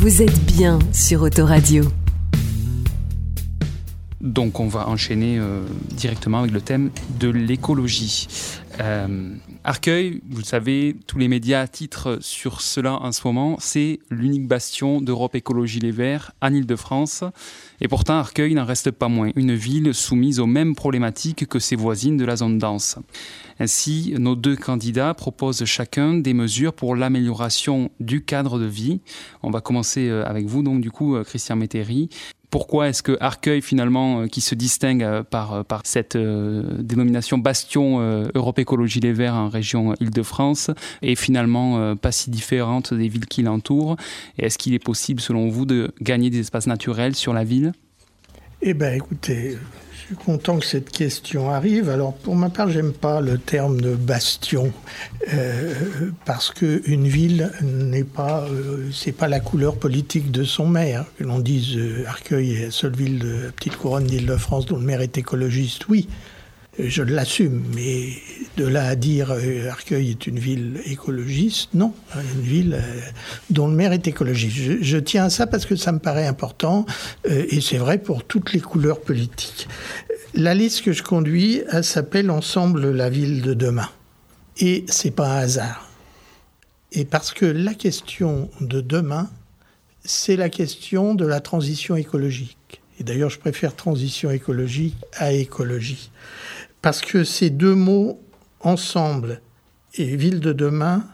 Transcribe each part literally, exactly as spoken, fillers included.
Vous êtes bien sur Autoradio. Donc on va enchaîner euh, directement avec le thème de l'écologie. Euh, Arcueil, vous le savez, tous les médias titrent sur cela en ce moment, c'est l'unique bastion d'Europe Écologie Les Verts en Ile-de-France. Et pourtant, Arcueil n'en reste pas moins une ville soumise aux mêmes problématiques que ses voisines de la zone dense. Ainsi, nos deux candidats proposent chacun des mesures pour l'amélioration du cadre de vie. On va commencer avec vous, donc du coup, Christian Métairie. Pourquoi est-ce que Arcueil, finalement, euh, qui se distingue euh, par, par cette euh, dénomination bastion euh, Europe Écologie Les Verts en région Île-de-France, est finalement euh, pas si différente des villes qui l'entourent? Et est-ce qu'il est possible, selon vous, de gagner des espaces naturels sur la ville? Eh bien, écoutez, je suis content que cette question arrive. Alors, pour ma part, j'aime pas le terme de bastion, euh, parce qu'une ville n'est pas, euh, c'est pas la couleur politique de son maire. Que l'on dise euh, Arcueil est la seule ville de la petite couronne d'Île-de-France dont le maire est écologiste, oui, je l'assume. Mais de là à dire euh, Arcueil est une ville écologiste, non, une ville euh, dont le maire est écologiste. Je, je tiens à ça parce que ça me paraît important, euh, et c'est vrai pour toutes les couleurs politiques. La liste que je conduis, elle s'appelle Ensemble la ville de demain. Et c'est pas un hasard. Et parce que la question de demain, c'est la question de la transition écologique. Et d'ailleurs, je préfère transition écologique à écologie. Parce que ces deux mots, ensemble et ville de demain,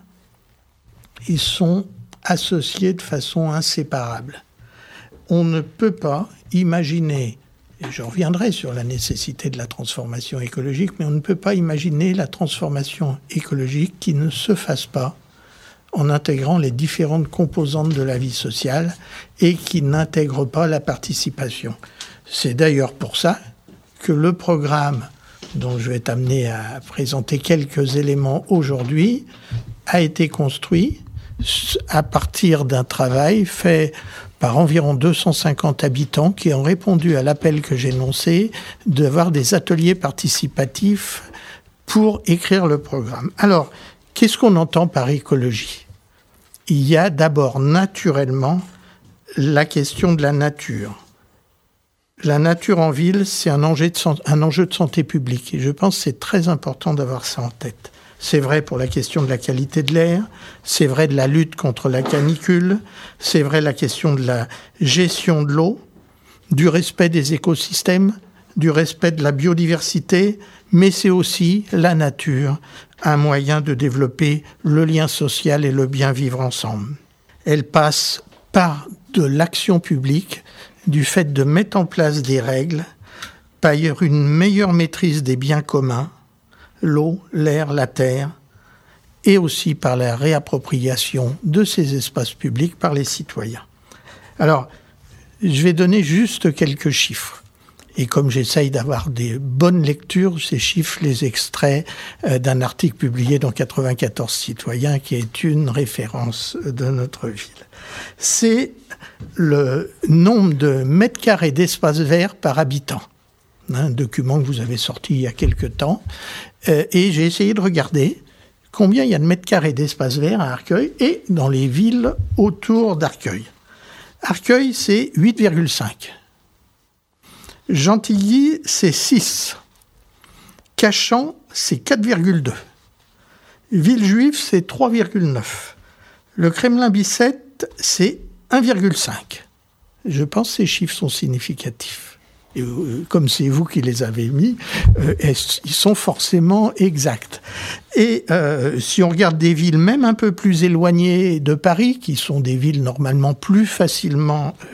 ils sont associés de façon inséparable. On ne peut pas imaginer, et je reviendrai sur la nécessité de la transformation écologique, mais on ne peut pas imaginer la transformation écologique qui ne se fasse pas en intégrant les différentes composantes de la vie sociale et qui n'intègre pas la participation. C'est d'ailleurs pour ça que le programme dont je vais être amené à présenter quelques éléments aujourd'hui a été construit à partir d'un travail fait par environ deux cent cinquante habitants qui ont répondu à l'appel que j'ai lancé d'avoir des ateliers participatifs pour écrire le programme. Alors, qu'est-ce qu'on entend par écologie? Il y a d'abord naturellement la question de la nature. La nature en ville, c'est un enjeu de, un enjeu de santé publique. Et je pense que c'est très important d'avoir ça en tête. C'est vrai pour la question de la qualité de l'air, c'est vrai de la lutte contre la canicule, c'est vrai la question de la gestion de l'eau, du respect des écosystèmes, du respect de la biodiversité, mais c'est aussi la nature, un moyen de développer le lien social et le bien vivre ensemble. Elle passe par de l'action publique, du fait de mettre en place des règles, par une meilleure maîtrise des biens communs, l'eau, l'air, la terre, et aussi par la réappropriation de ces espaces publics par les citoyens. Alors, je vais donner juste quelques chiffres. Et comme j'essaye d'avoir des bonnes lectures, ces chiffres, les extraits d'un article publié dans quatre-vingt-quatorze Citoyens, qui est une référence de notre ville. C'est le nombre de mètres carrés d'espace vert par habitant. Un document que vous avez sorti il y a quelque temps. Euh, et j'ai essayé de regarder combien il y a de mètres carrés d'espace vert à Arcueil et dans les villes autour d'Arcueil. Arcueil, c'est huit virgule cinq. Gentilly, c'est six. Cachan, c'est quatre virgule deux. Villejuif, c'est trois virgule neuf. Le Kremlin-Bicêtre, c'est un virgule cinq. Je pense que ces chiffres sont significatifs. Et euh, comme c'est vous qui les avez mis, euh, ils sont forcément exacts. Et euh, si on regarde des villes même un peu plus éloignées de Paris, qui sont des villes normalement plus facilement euh,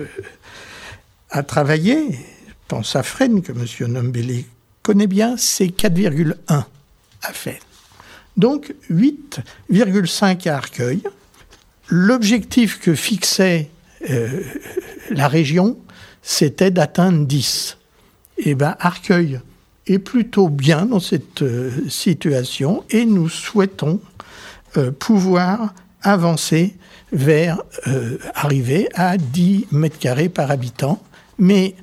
à travailler, je pense à Fresnes, que M. Nombélé connaît bien, c'est quatre virgule un à Fresnes. Donc huit virgule cinq à Arcueil. L'objectif que fixait euh, la région, c'était d'atteindre dix. Et bien, Arcueil est plutôt bien dans cette euh, situation et nous souhaitons euh, pouvoir avancer vers euh, arriver à dix mètres carrés par habitant. Mais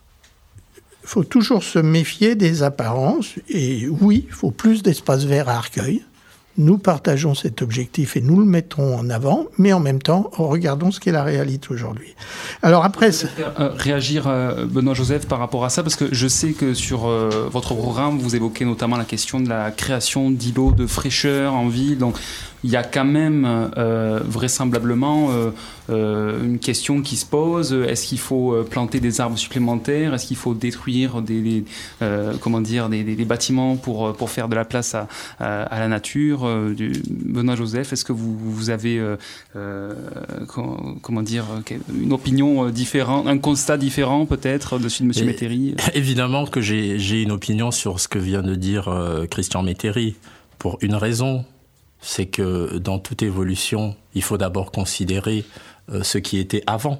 il faut toujours se méfier des apparences. Et oui, il faut plus d'espace vert à Arcueil. Nous partageons cet objectif et nous le mettrons en avant, mais en même temps, regardons ce qu'est la réalité aujourd'hui. Alors après... Je vais faire, euh, réagir euh, Benoît Joseph par rapport à ça, parce que je sais que sur euh, votre programme, vous évoquez notamment la question de la création d'îlots de fraîcheur en ville. Donc il y a quand même euh, vraisemblablement euh, euh, une question qui se pose. Est-ce qu'il faut planter des arbres supplémentaires ? Est-ce qu'il faut détruire des, des, euh, comment dire, des, des, des bâtiments pour, pour faire de la place à, à, à la nature ? euh, du, Benoît Joseph, est-ce que vous, vous avez euh, euh, comment dire, une opinion différente, un constat différent peut-être de celui de M. Métairie ? Évidemment que j'ai, j'ai une opinion sur ce que vient de dire euh, Christian Métairie, pour une raison. C'est que dans toute évolution, il faut d'abord considérer euh, ce qui était avant.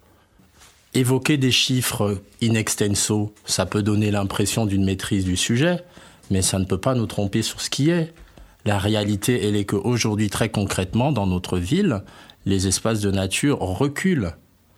Évoquer des chiffres in extenso, ça peut donner l'impression d'une maîtrise du sujet, mais ça ne peut pas nous tromper sur ce qui est. La réalité, elle est qu'aujourd'hui, très concrètement, dans notre ville, les espaces de nature reculent.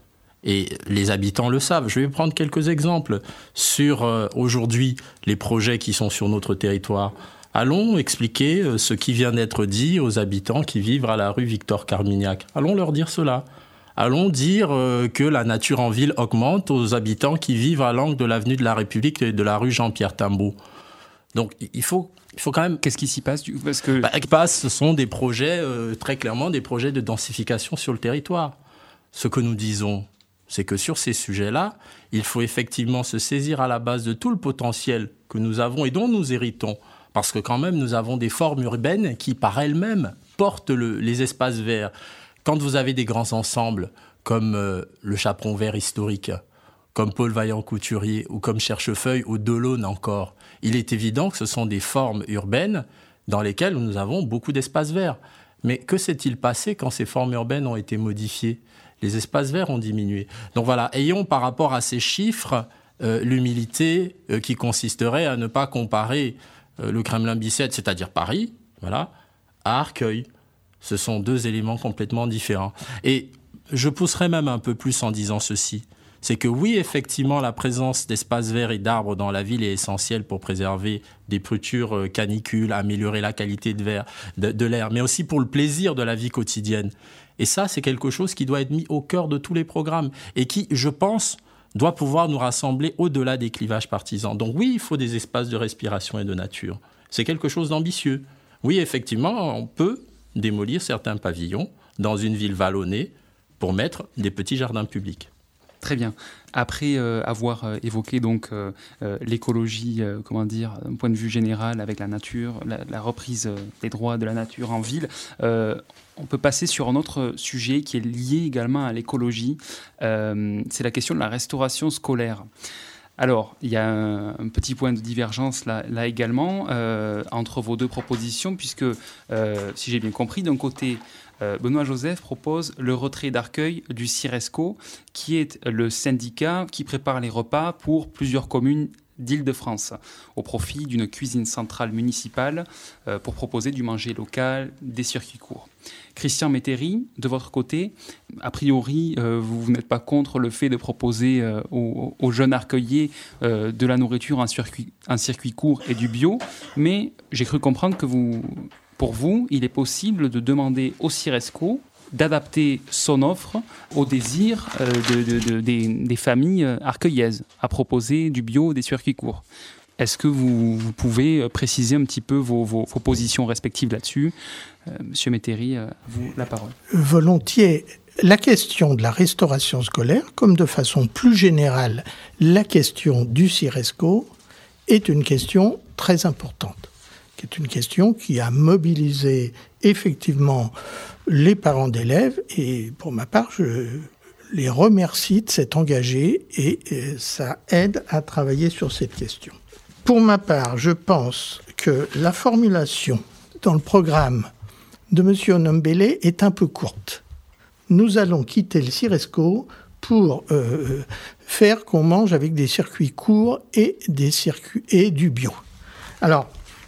Et les habitants le savent. Je vais prendre quelques exemples sur, euh, aujourd'hui, les projets qui sont sur notre territoire. Allons expliquer ce qui vient d'être dit aux habitants qui vivent à la rue Victor-Carmignac. Allons leur dire cela. Allons dire que la nature en ville augmente aux habitants qui vivent à l'angle de l'avenue de la République et de la rue Jean-Pierre Timbaud. Donc il faut, il faut quand même... Qu'est-ce qui s'y passe du coup ? Parce que... Bah, passe, ce sont des projets, euh, très clairement, des projets de densification sur le territoire. Ce que nous disons, c'est que sur ces sujets-là, il faut effectivement se saisir à la base de tout le potentiel que nous avons et dont nous héritons. Parce que quand même, nous avons des formes urbaines qui, par elles-mêmes, portent le, les espaces verts. Quand vous avez des grands ensembles, comme euh, le Chaperon Vert historique, comme Paul Vaillant-Couturier, ou comme Cherchefeuille, ou Delaune encore, il est évident que ce sont des formes urbaines dans lesquelles nous avons beaucoup d'espaces verts. Mais que s'est-il passé quand ces formes urbaines ont été modifiées ? Les espaces verts ont diminué. Donc voilà, ayons par rapport à ces chiffres euh, l'humilité euh, qui consisterait à ne pas comparer le Kremlin-Bicêtre, c'est-à-dire Paris, voilà, à Arcueil. Ce sont deux éléments complètement différents. Et je pousserai même un peu plus en disant ceci. C'est que oui, effectivement, la présence d'espaces verts et d'arbres dans la ville est essentielle pour préserver des brutures canicules, améliorer la qualité de, verre, de, de l'air, mais aussi pour le plaisir de la vie quotidienne. Et ça, c'est quelque chose qui doit être mis au cœur de tous les programmes et qui, je pense, doit pouvoir nous rassembler au-delà des clivages partisans. Donc oui, il faut des espaces de respiration et de nature. C'est quelque chose d'ambitieux. Oui, effectivement, on peut démolir certains pavillons dans une ville vallonnée pour mettre des petits jardins publics. Très bien. Après euh, avoir euh, évoqué donc euh, euh, l'écologie, euh, comment dire, d'un point de vue général avec la nature, la, la reprise euh, des droits de la nature en ville, euh, on peut passer sur un autre sujet qui est lié également à l'écologie. Euh, c'est la question de la restauration scolaire. Alors, il y a un, un petit point de divergence là, là également euh, entre vos deux propositions, puisque, euh, si j'ai bien compris, d'un côté, euh, Benoît Joseph propose le retrait d'Arcueil du Ciresco, qui est le syndicat qui prépare les repas pour plusieurs communes d'Île-de-France, au profit d'une cuisine centrale municipale euh, pour proposer du manger local, des circuits courts. Christian Métairie, de votre côté, a priori, euh, vous, vous n'êtes pas contre le fait de proposer euh, aux, aux jeunes arcueillers euh, de la nourriture en circuit, en circuit court et du bio, mais j'ai cru comprendre que vous, pour vous, il est possible de demander au Ciresco d'adapter son offre au désir euh, de, de, de, des, des familles arcueillaises, à proposer du bio, des circuits courts. Est-ce que vous, vous pouvez préciser un petit peu vos, vos, vos positions respectives là-dessus ? euh, Monsieur Métairie, à vous la parole. Volontiers. La question de la restauration scolaire, comme de façon plus générale, la question du Ciresco, est une question très importante, qui est une question qui a mobilisé effectivement les parents d'élèves, et pour ma part, je les remercie de s'être engagés et ça aide à travailler sur cette question. Pour ma part, je pense que la formulation dans le programme de M. Onombele est un peu courte. Nous allons quitter le Ciresco pour euh, faire qu'on mange avec des circuits courts et, des circuits, et du bio. Alors,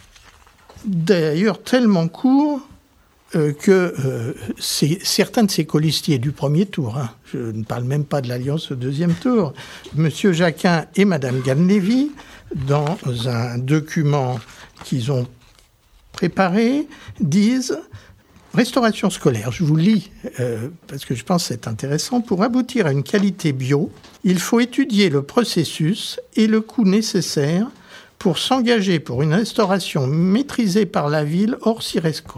d'ailleurs, tellement court euh, que euh, c'est, certains de ces colistiers du premier tour, hein, je ne parle même pas de l'Alliance au deuxième tour, M. Jacquin et Mme Ganlevy, dans un document qu'ils ont préparés disent « Restauration scolaire ». Je vous lis, euh, parce que je pense que c'est intéressant. « Pour aboutir à une qualité bio, il faut étudier le processus et le coût nécessaire pour s'engager pour une restauration maîtrisée par la ville hors Ciresco.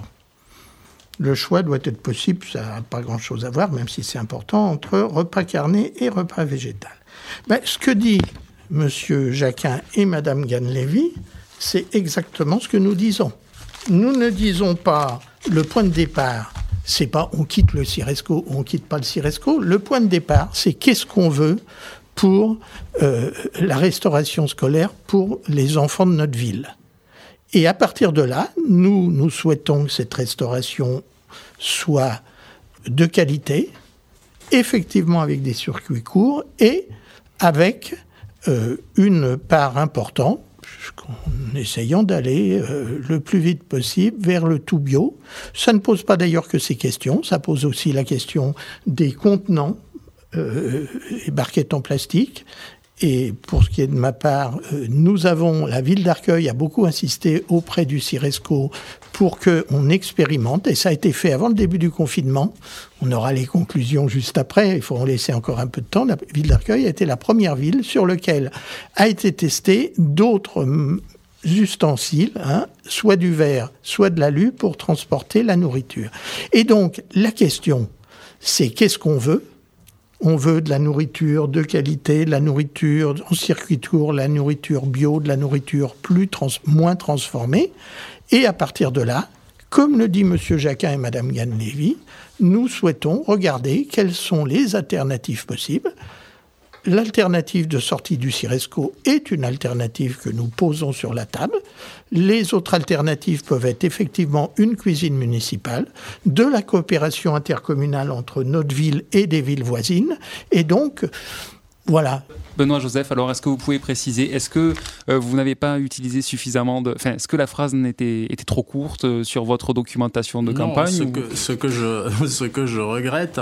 Le choix doit être possible, ça n'a pas grand-chose à voir, même si c'est important, entre repas carné et repas végétal. » Ben, ce que dit M. Jacquin et Mme Ganlevy, c'est exactement ce que nous disons. Nous ne disons pas le point de départ, c'est pas on quitte le Ciresco ou on quitte pas le Ciresco. Le point de départ, c'est qu'est-ce qu'on veut pour euh, la restauration scolaire pour les enfants de notre ville. Et à partir de là, nous, nous souhaitons que cette restauration soit de qualité, effectivement avec des circuits courts et avec euh, une part importante, en essayant d'aller euh, le plus vite possible vers le tout bio. Ça ne pose pas d'ailleurs que ces questions, ça pose aussi la question des contenants euh, et barquettes en plastique. Et pour ce qui est de ma part, euh, nous avons, la ville d'Arcueil a beaucoup insisté auprès du Ciresco pour qu'on expérimente, et ça a été fait avant le début du confinement. On aura les conclusions juste après, il faut en laisser encore un peu de temps. La ville d'Arcueil a été la première ville sur laquelle a été testé d'autres ustensiles, hein, soit du verre, soit de l'alu, pour transporter la nourriture. Et donc, la question, c'est qu'est-ce qu'on veut ? On veut de la nourriture de qualité, de la nourriture en circuit court, la nourriture bio, de la nourriture plus trans- moins transformée. Et à partir de là, comme le dit M. Jacquin et Mme Ganlevy, nous souhaitons regarder quelles sont les alternatives possibles. L'alternative de sortie du Ciresco est une alternative que nous posons sur la table. Les autres alternatives peuvent être effectivement une cuisine municipale, de la coopération intercommunale entre notre ville et des villes voisines. Et donc, voilà. Benoît Joseph, alors est-ce que vous pouvez préciser, est-ce que euh, vous n'avez pas utilisé suffisamment de... Enfin, est-ce que la phrase était, était trop courte euh, sur votre documentation de non, campagne ce, ou... que, ce, que je, ce que je regrette,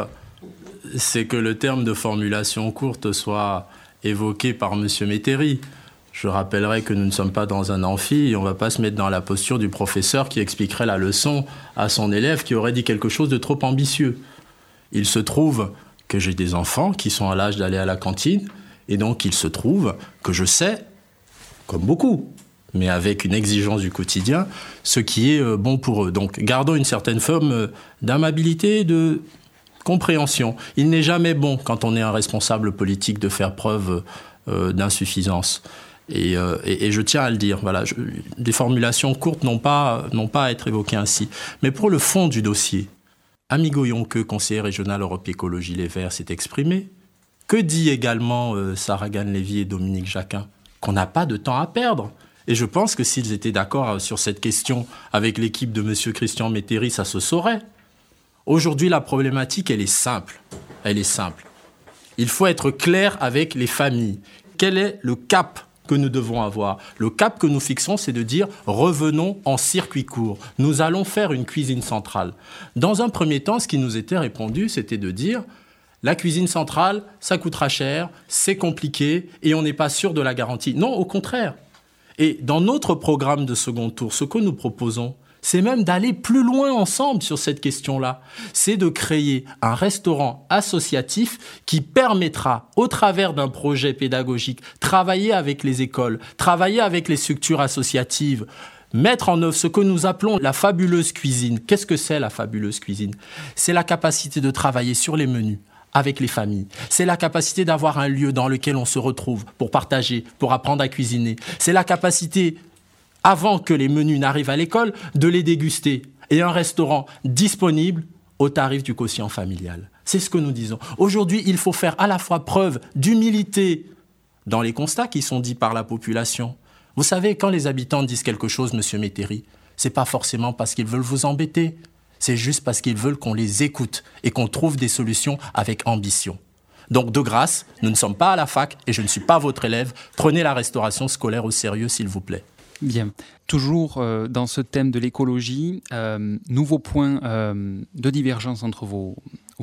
c'est que le terme de formulation courte soit évoqué par M. Métairie. Je rappellerai que nous ne sommes pas dans un amphi et on ne va pas se mettre dans la posture du professeur qui expliquerait la leçon à son élève qui aurait dit quelque chose de trop ambitieux. Il se trouve que j'ai des enfants qui sont à l'âge d'aller à la cantine et donc il se trouve que je sais, comme beaucoup, mais avec une exigence du quotidien, ce qui est bon pour eux. Donc gardons une certaine forme d'amabilité, de compréhension. Il n'est jamais bon, quand on est un responsable politique, de faire preuve euh, d'insuffisance. Et, euh, et, et je tiens à le dire. Voilà, je, des formulations courtes n'ont pas, n'ont pas à être évoquées ainsi. Mais pour le fond du dossier, Amigo Yonke, conseiller régional Europe Écologie Les Verts, s'est exprimé. Que dit également euh, Sarah Ganlevy et Dominique Jacquin ? Qu'on n'a pas de temps à perdre. Et je pense que s'ils étaient d'accord sur cette question avec l'équipe de M. Christian Métairie, ça se saurait. Aujourd'hui, la problématique, elle est simple. Elle est simple. Il faut être clair avec les familles. Quel est le cap que nous devons avoir ? Le cap que nous fixons, c'est de dire « revenons en circuit court ». Nous allons faire une cuisine centrale. Dans un premier temps, ce qui nous était répondu, c'était de dire « la cuisine centrale, ça coûtera cher, c'est compliqué et on n'est pas sûr de la garantie ». Non, au contraire. Et dans notre programme de second tour, ce que nous proposons, c'est même d'aller plus loin ensemble sur cette question-là. C'est de créer un restaurant associatif qui permettra, au travers d'un projet pédagogique, travailler avec les écoles, travailler avec les structures associatives, mettre en œuvre ce que nous appelons la fabuleuse cuisine. Qu'est-ce que c'est la fabuleuse cuisine ? C'est la capacité de travailler sur les menus avec les familles. C'est la capacité d'avoir un lieu dans lequel on se retrouve pour partager, pour apprendre à cuisiner. C'est la capacité, avant que les menus n'arrivent à l'école, de les déguster. Et un restaurant disponible au tarif du quotient familial. C'est ce que nous disons. Aujourd'hui, il faut faire à la fois preuve d'humilité dans les constats qui sont dits par la population. Vous savez, quand les habitants disent quelque chose, Monsieur Métairie, c'est pas forcément parce qu'ils veulent vous embêter. C'est juste parce qu'ils veulent qu'on les écoute et qu'on trouve des solutions avec ambition. Donc, de grâce, nous ne sommes pas à la fac et je ne suis pas votre élève. Prenez la restauration scolaire au sérieux, s'il vous plaît. Bien. Toujours euh, dans ce thème de l'écologie, euh, nouveau point euh, de divergence entre vos,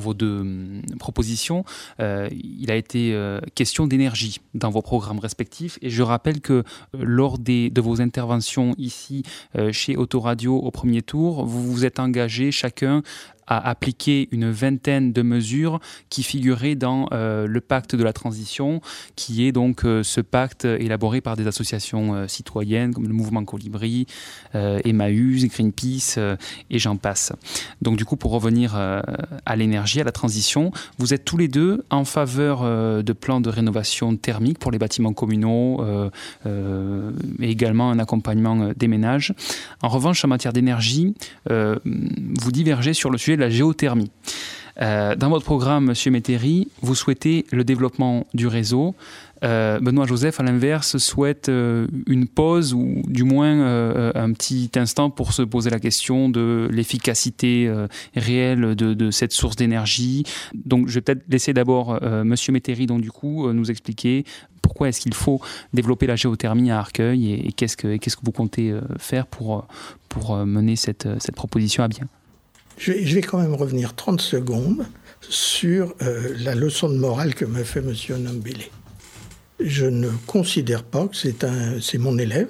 vos deux hum, propositions, euh, il a été euh, question d'énergie dans vos programmes respectifs. Et je rappelle que euh, lors des, de vos interventions ici euh, chez Autoradio au premier tour, vous vous êtes engagés chacun à appliquer une vingtaine de mesures qui figuraient dans euh, le pacte de la transition, qui est donc euh, ce pacte élaboré par des associations euh, citoyennes comme le Mouvement Colibri, euh, Emmaüs, Greenpeace euh, et j'en passe. Donc du coup, pour revenir euh, à l'énergie, à la transition, vous êtes tous les deux en faveur euh, de plans de rénovation thermique pour les bâtiments communaux euh, euh, et également un accompagnement euh, des ménages. En revanche, en matière d'énergie, euh, vous divergez sur le sujet de la géothermie. Euh, dans votre programme, Monsieur Métairie, vous souhaitez le développement du réseau. Euh, Benoît Joseph, à l'inverse, souhaite euh, une pause ou du moins euh, un petit instant pour se poser la question de l'efficacité euh, réelle de, de cette source d'énergie. Donc, je vais peut-être laisser d'abord euh, Monsieur Métairie, donc du coup, euh, nous expliquer pourquoi est-ce qu'il faut développer la géothermie à Arcueil et, et qu'est-ce que, et qu'est-ce que vous comptez euh, faire pour, pour euh, mener cette, cette proposition à bien. Je vais, je vais quand même revenir trente secondes sur euh, la leçon de morale que m'a fait M. Nombélé. Je ne considère pas que c'est, un, c'est mon élève.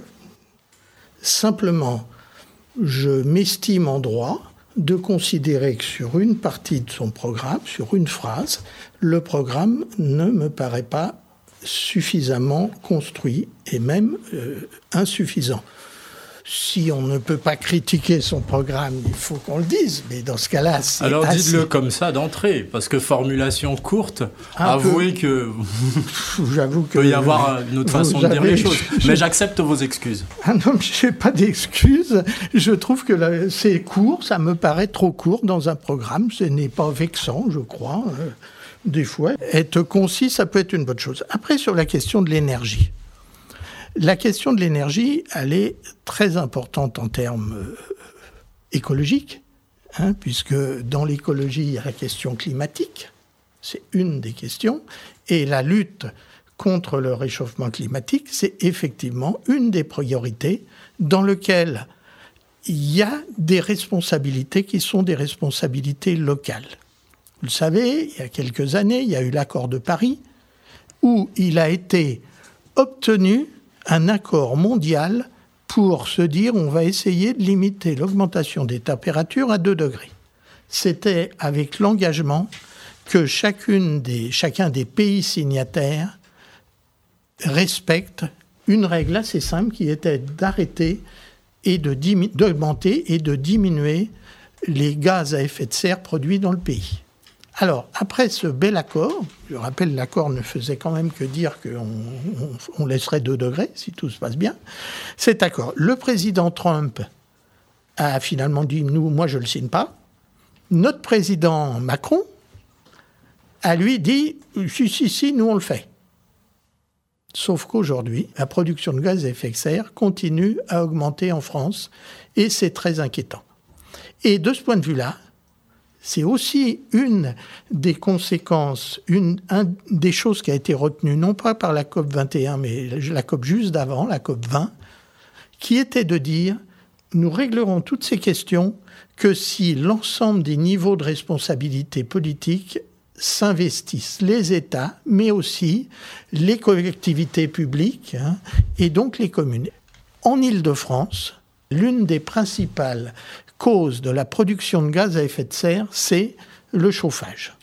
Simplement, je m'estime en droit de considérer que sur une partie de son programme, sur une phrase, le programme ne me paraît pas suffisamment construit et même euh, insuffisant. Si on ne peut pas critiquer son programme, il faut qu'on le dise, mais dans ce cas-là, c'est Alors assez... dites-le comme ça d'entrée, parce que formulation courte, Un avouez peu... que... J'avoue que... Il peut y avoir une autre façon de avez... dire les choses, je... mais j'accepte vos excuses. Ah non, je n'ai pas d'excuses. Je trouve que là, c'est court, ça me paraît trop court dans un programme. Ce n'est pas vexant, je crois. Euh, des fois, être concis, ça peut être une bonne chose. Après, sur la question de l'énergie. La question de l'énergie, elle est très importante en termes euh, écologiques, hein, puisque dans l'écologie, il y a la question climatique, c'est une des questions, et la lutte contre le réchauffement climatique, c'est effectivement une des priorités dans lesquelles il y a des responsabilités qui sont des responsabilités locales. Vous le savez, il y a quelques années, il y a eu l'accord de Paris, où il a été obtenu un accord mondial pour se dire on va essayer de limiter l'augmentation des températures à deux degrés. C'était avec l'engagement que chacune des, chacun des pays signataires respecte une règle assez simple qui était d'arrêter et de dimi- d'augmenter et de diminuer les gaz à effet de serre produits dans le pays. Alors, après ce bel accord, je rappelle, l'accord ne faisait quand même que dire qu'on on, on laisserait deux degrés, si tout se passe bien. Cet accord, le président Trump a finalement dit, nous, moi, je ne le signe pas. Notre président Macron a, lui, dit, si, si, si, nous, on le fait. Sauf qu'aujourd'hui, la production de gaz à effet de serre continue à augmenter en France, et c'est très inquiétant. Et de ce point de vue-là, c'est aussi une des conséquences, une, une des choses qui a été retenue, non pas par la COP vingt et un, mais la COP juste d'avant, la COP vingt, qui était de dire « nous réglerons toutes ces questions que si l'ensemble des niveaux de responsabilité politique s'investissent, les États, mais aussi les collectivités publiques, hein, et donc les communes. » En Île-de-France, l'une des principales cause de la production de gaz à effet de serre, c'est le chauffage.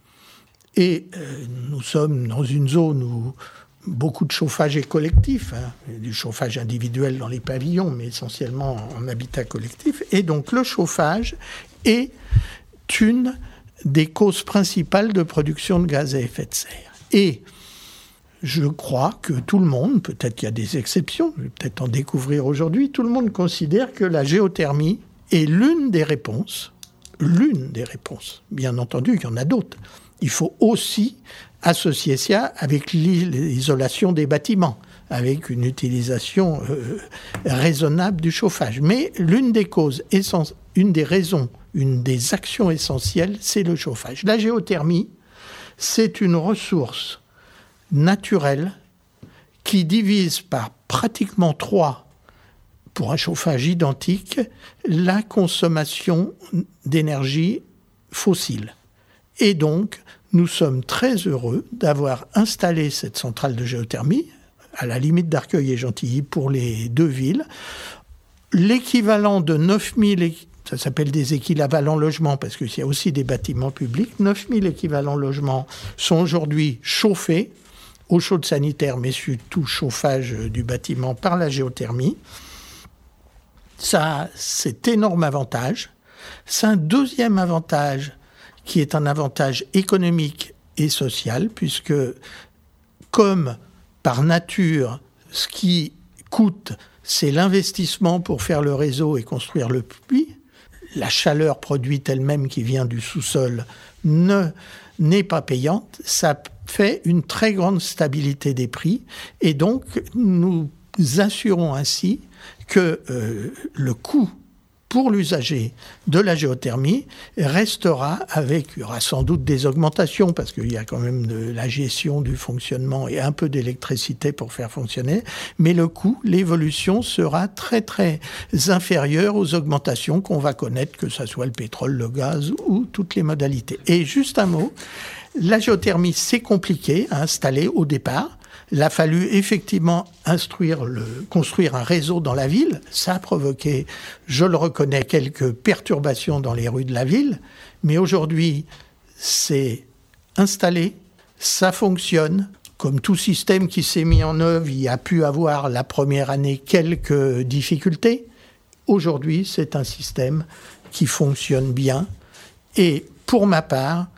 Et euh, nous sommes dans une zone où beaucoup de chauffage est collectif, hein, du chauffage individuel dans les pavillons, mais essentiellement en habitat collectif. Et donc le chauffage est une des causes principales de production de gaz à effet de serre. Et je crois que tout le monde, peut-être qu'il y a des exceptions, je vais peut-être en découvrir aujourd'hui, tout le monde considère que la géothermie est l'une des réponses, l'une des réponses. Bien entendu, il y en a d'autres. Il faut aussi associer ça avec l'isolation des bâtiments, avec une utilisation euh, raisonnable du chauffage. Mais l'une des causes, essence, une des raisons, une des actions essentielles, c'est le chauffage. La géothermie, c'est une ressource naturelle qui divise par pratiquement trois, pour un chauffage identique, la consommation d'énergie fossile. Et donc, nous sommes très heureux d'avoir installé cette centrale de géothermie à la limite d'Arcueil et Gentilly pour les deux villes. L'équivalent de neuf mille, ça s'appelle des équivalents logements parce qu'il y a aussi des bâtiments publics, neuf mille équivalents logements sont aujourd'hui chauffés, eau chaude sanitaire, mais surtout chauffage du bâtiment par la géothermie. Ça, c'est énorme avantage. C'est un deuxième avantage qui est un avantage économique et social, puisque comme par nature, ce qui coûte, c'est l'investissement pour faire le réseau et construire le puits. La chaleur produite elle-même qui vient du sous-sol ne, n'est pas payante. Ça fait une très grande stabilité des prix. Et donc, nous assurons ainsi que euh, le coût pour l'usager de la géothermie restera avec, il y aura sans doute des augmentations parce qu'il y a quand même de la gestion du fonctionnement et un peu d'électricité pour faire fonctionner, mais le coût, l'évolution sera très très inférieure aux augmentations qu'on va connaître, que ce soit le pétrole, le gaz ou toutes les modalités. Et juste un mot, la géothermie c'est compliqué à installer au départ. Il a fallu effectivement instruire le, construire un réseau dans la ville. Ça a provoqué, je le reconnais, quelques perturbations dans les rues de la ville. Mais aujourd'hui, c'est installé, ça fonctionne. Comme tout système qui s'est mis en œuvre, il y a pu avoir la première année quelques difficultés. Aujourd'hui, c'est un système qui fonctionne bien. Et pour ma part,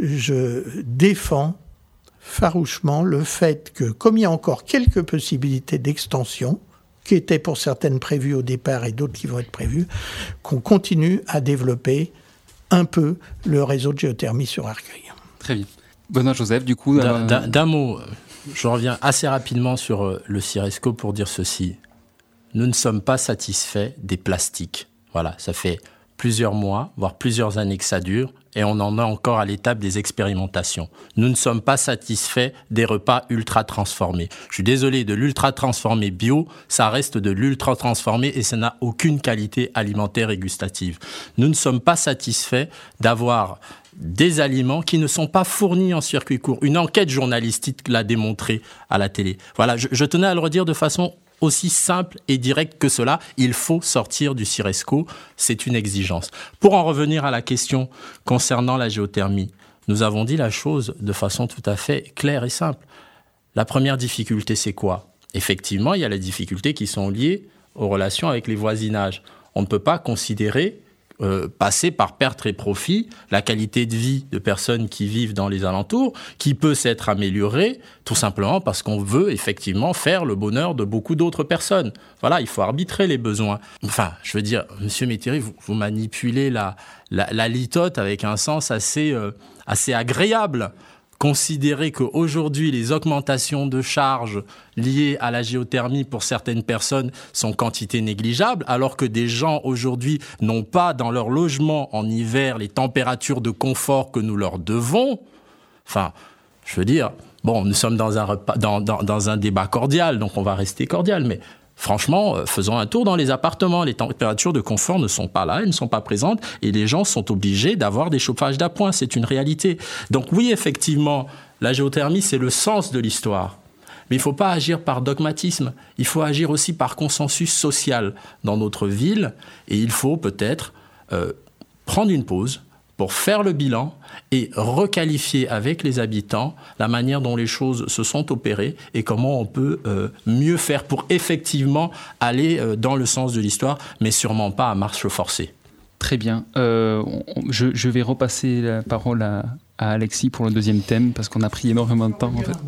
je défends farouchement le fait que, comme il y a encore quelques possibilités d'extension, qui étaient pour certaines prévues au départ et d'autres qui vont être prévues, qu'on continue à développer un peu le réseau de géothermie sur Arcueil. Très bien. Benoît Joseph, du coup... D'un, euh... d'un, d'un mot, je reviens assez rapidement sur le Ciresco pour dire ceci. Nous ne sommes pas satisfaits des plastiques. Voilà, ça fait plusieurs mois, voire plusieurs années que ça dure, et on en est encore à l'étape des expérimentations. Nous ne sommes pas satisfaits des repas ultra transformés. Je suis désolé, de l'ultra transformé bio, ça reste de l'ultra transformé et ça n'a aucune qualité alimentaire et gustative. Nous ne sommes pas satisfaits d'avoir des aliments qui ne sont pas fournis en circuit court. Une enquête journalistique l'a démontré à la télé. Voilà, je, je tenais à le redire de façon aussi simple et direct que cela, il faut sortir du Ciresco, c'est une exigence. Pour en revenir à la question concernant la géothermie, nous avons dit la chose de façon tout à fait claire et simple. La première difficulté, c'est quoi ? Effectivement, il y a les difficultés qui sont liées aux relations avec les voisinages. On ne peut pas considérer Euh, passer par perte et profit la qualité de vie de personnes qui vivent dans les alentours, qui peut s'être améliorée tout simplement parce qu'on veut effectivement faire le bonheur de beaucoup d'autres personnes. Voilà, il faut arbitrer les besoins. Enfin, je veux dire, Monsieur Métairie, vous, vous manipulez la, la, la litote avec un sens assez, euh, assez agréable. Considérer qu'aujourd'hui, les augmentations de charges liées à la géothermie pour certaines personnes sont quantité négligeable, alors que des gens aujourd'hui n'ont pas dans leur logement en hiver les températures de confort que nous leur devons. Enfin, je veux dire, bon, nous sommes dans un, repas, dans, dans, dans un débat cordial, donc on va rester cordial, mais franchement, faisons un tour dans les appartements. Les températures de confort ne sont pas là, elles ne sont pas présentes et les gens sont obligés d'avoir des chauffages d'appoint. C'est une réalité. Donc oui, effectivement, la géothermie, c'est le sens de l'histoire. Mais il ne faut pas agir par dogmatisme. Il faut agir aussi par consensus social dans notre ville. Et il faut peut-être euh, prendre une pause pour faire le bilan et requalifier avec les habitants la manière dont les choses se sont opérées et comment on peut euh, mieux faire pour effectivement aller euh, dans le sens de l'histoire, mais sûrement pas à marche forcée. Très bien. Euh, on, je, je vais repasser la parole à, à Alexis pour le deuxième thème, parce qu'on a pris énormément de temps. En fait.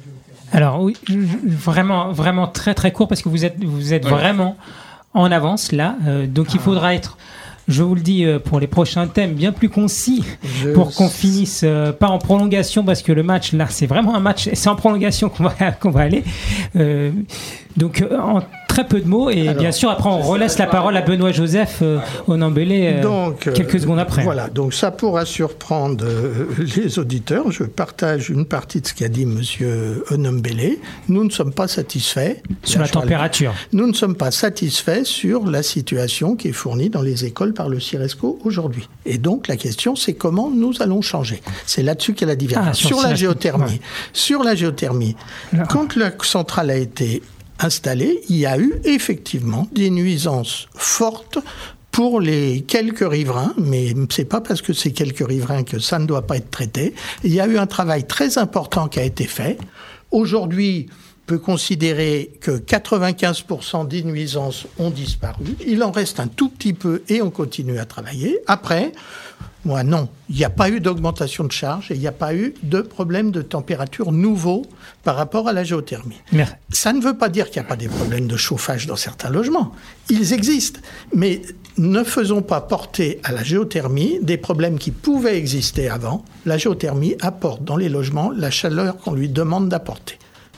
Alors oui, vraiment, vraiment très très court, parce que vous êtes, vous êtes ouais. vraiment en avance là, euh, donc il faudra être... Je vous le dis euh, pour les prochains thèmes, bien plus concis Je pour qu'on finisse euh, pas en prolongation, parce que le match là c'est vraiment un match, c'est en prolongation qu'on va qu'on va aller. Euh, donc en très peu de mots et Alors, bien sûr après on relaisse la parole à Benoît Joseph euh, Onambélé euh, donc, quelques euh, secondes après. Voilà, donc ça pourra surprendre euh, les auditeurs. Je partage une partie de ce qu'a dit Monsieur Onambélé. Nous ne sommes pas satisfaits sur la température. Nous ne sommes pas satisfaits sur la situation qui est fournie dans les écoles par le CIRESCO aujourd'hui. Et donc la question c'est comment nous allons changer. C'est là-dessus qu'il y a la divergence. Ah, sur sur la géothermie. Ouais. Sur la géothermie, non. Quand la centrale a été installée, il y a eu effectivement des nuisances fortes pour les quelques riverains, mais c'est pas parce que c'est quelques riverains que ça ne doit pas être traité. Il y a eu un travail très important qui a été fait. Aujourd'hui, on peut considérer que quatre-vingt-quinze pour cent des nuisances ont disparu. Il en reste un tout petit peu et on continue à travailler. Après, moi, non. Il n'y a pas eu d'augmentation de charge et il n'y a pas eu de problème de température nouveau par rapport à la géothermie. Merci. Ça ne veut pas dire qu'il n'y a pas des problèmes de chauffage dans certains logements. Ils existent. Mais ne faisons pas porter à la géothermie des problèmes qui pouvaient exister avant. La géothermie apporte dans les logements la chaleur qu'on lui demande d'apporter.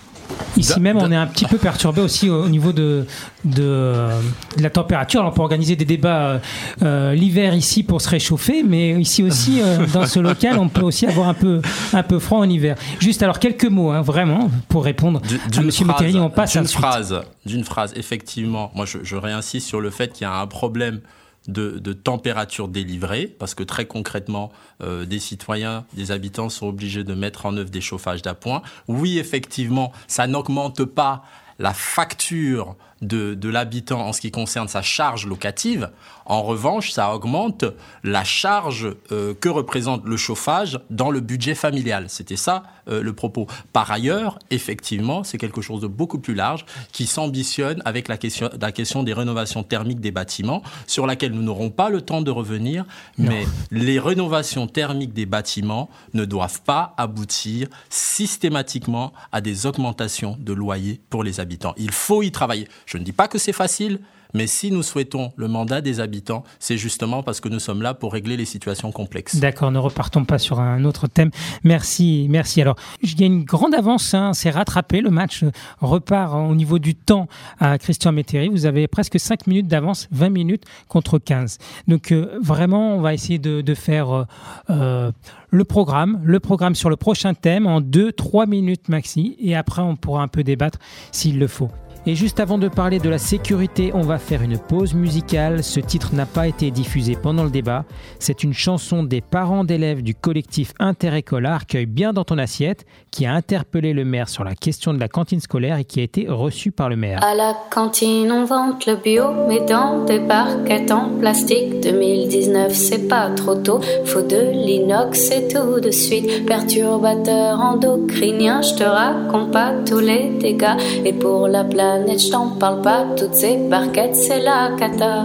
Ici même, on est un petit peu perturbé aussi au niveau de, de, de la température. Alors on peut organiser des débats euh, l'hiver ici pour se réchauffer, mais ici aussi, euh, dans ce local, on peut aussi avoir un peu, un peu froid en hiver. Juste alors quelques mots, hein, vraiment, pour répondre à M. Métairie, on passe à la suite. Phrase, d'une phrase, effectivement, moi je, je réinsiste sur le fait qu'il y a un problème De, de température délivrée, parce que très concrètement, euh, des citoyens, des habitants sont obligés de mettre en œuvre des chauffages d'appoint. Oui, effectivement, ça n'augmente pas la facture de, de l'habitant en ce qui concerne sa charge locative. En revanche, ça augmente la charge euh, que représente le chauffage dans le budget familial. C'était ça euh, le propos. Par ailleurs, effectivement, c'est quelque chose de beaucoup plus large qui s'ambitionne avec la question, la question des rénovations thermiques des bâtiments, sur laquelle nous n'aurons pas le temps de revenir, non. Mais les rénovations thermiques des bâtiments ne doivent pas aboutir systématiquement à des augmentations de loyers pour les habitants. Il faut y travailler. Je ne dis pas que c'est facile, mais si nous souhaitons le mandat des habitants, c'est justement parce que nous sommes là pour régler les situations complexes. D'accord, ne repartons pas sur un autre thème. Merci, merci. Alors, il y a une grande avance, hein, c'est rattrapé. Le match repart au niveau du temps à Christian Métairie. Vous avez presque cinq minutes d'avance, vingt minutes contre quinze. Donc, euh, vraiment, on va essayer de, de faire euh, le programme, le programme sur le prochain thème en deux trois minutes maxi. Et après, on pourra un peu débattre s'il le faut. Et juste avant de parler de la sécurité, on va faire une pause musicale. Ce titre n'a pas été diffusé pendant le débat. C'est une chanson des parents d'élèves du collectif Interécole Arcueil Bien dans ton assiette qui a interpellé le maire sur la question de la cantine scolaire et qui a été reçue par le maire. À la cantine, on vante le bio, mais dans des barquettes en plastique. deux mille dix-neuf, c'est pas trop tôt. Faut de l'inox et tout de suite. Perturbateur endocrinien, je te raconte pas tous les dégâts. Et pour la planète, je t'en parle pas, toutes ces barquettes, c'est la cata.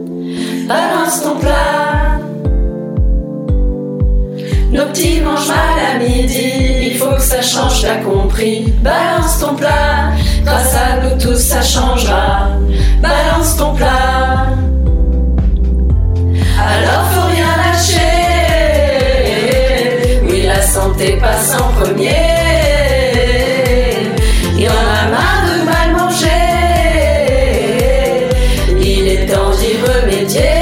Balance ton plat. Nos petits mangent mal à midi, il faut que ça change, t'as compris. Balance ton plat, grâce à nous tous ça changera. Balance ton plat. Alors faut rien lâcher. Oui, la santé passe en premier. Il y en a marre de mal manger. Il est temps d'y remédier.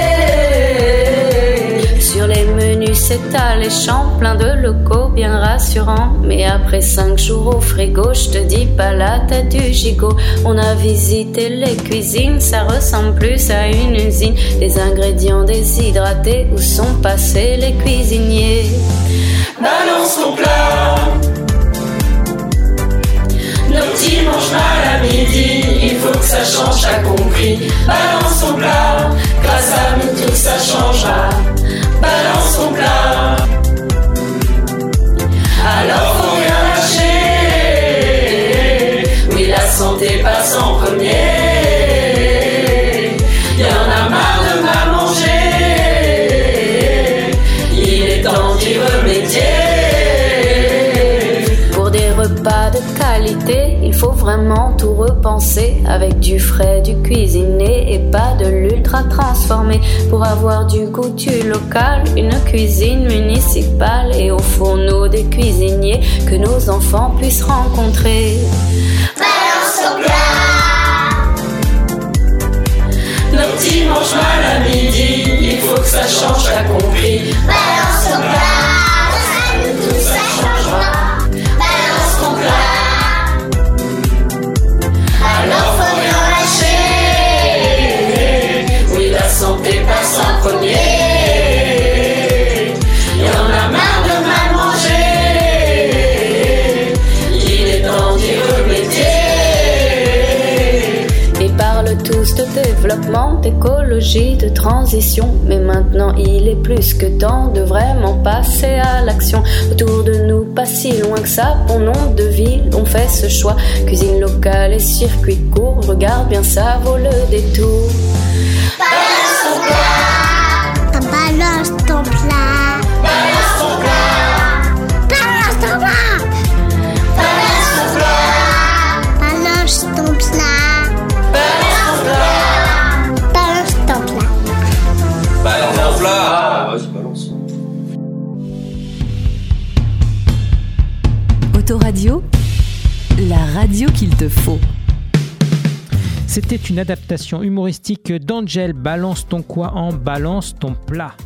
Sur les menus, c'est alléchant, plein de locaux bien rassurants. Mais après cinq jours au frigo, je te dis pas la tête du gigot. On a visité les cuisines, ça ressemble plus à une usine. Les ingrédients déshydratés, où sont passés les cuisiniers? Balance ton plat. Nos petits mangent mal à midi, il faut que ça change, t'as compris. Balance ton plat, grâce à nous tous ça changera. Balance ton plat. Alors faut rien lâcher. Oui, la santé passe en premier. Y en a marre de mal manger. Il est temps d'y remédier. Pour des repas de qualité, il faut vraiment tout repenser, avec du frais, du cuisiné et pas de l'ultra transformé. Pour avoir du goût du local, une cuisine municipale et au fourneau des cuisiniers que nos enfants puissent rencontrer. Balance ton plat. nos petits mangent mal à midi. Il faut que ça change, t'as compris. Balance ton plat, tout ça changera. Balance ton plat. Alors faut rien lâcher. Oui, la santé passe en premier. Y en a marre de mal manger. Il est temps d'y remédier. Ils parlent tous de développement, d'écologie, de transition. Mais maintenant il est plus que temps de vraiment passer à l'action. Autour de nous, pas si loin que ça, bon nombre de villes ont fait ce choix. Cuisine locale et circuit court, regarde bien ça vaut le détour. Balance ton plat, balance ton plat, balance ton plat, balance ton plat, balance ton plat, balance ton plat, balance ton plat, balance ton plat. Balance ton plat. Ah, vas-y, balance. Autoradio, la radio qu'il te faut. C'était une adaptation humoristique d'Angel, Balance ton quoi en balance ton plat.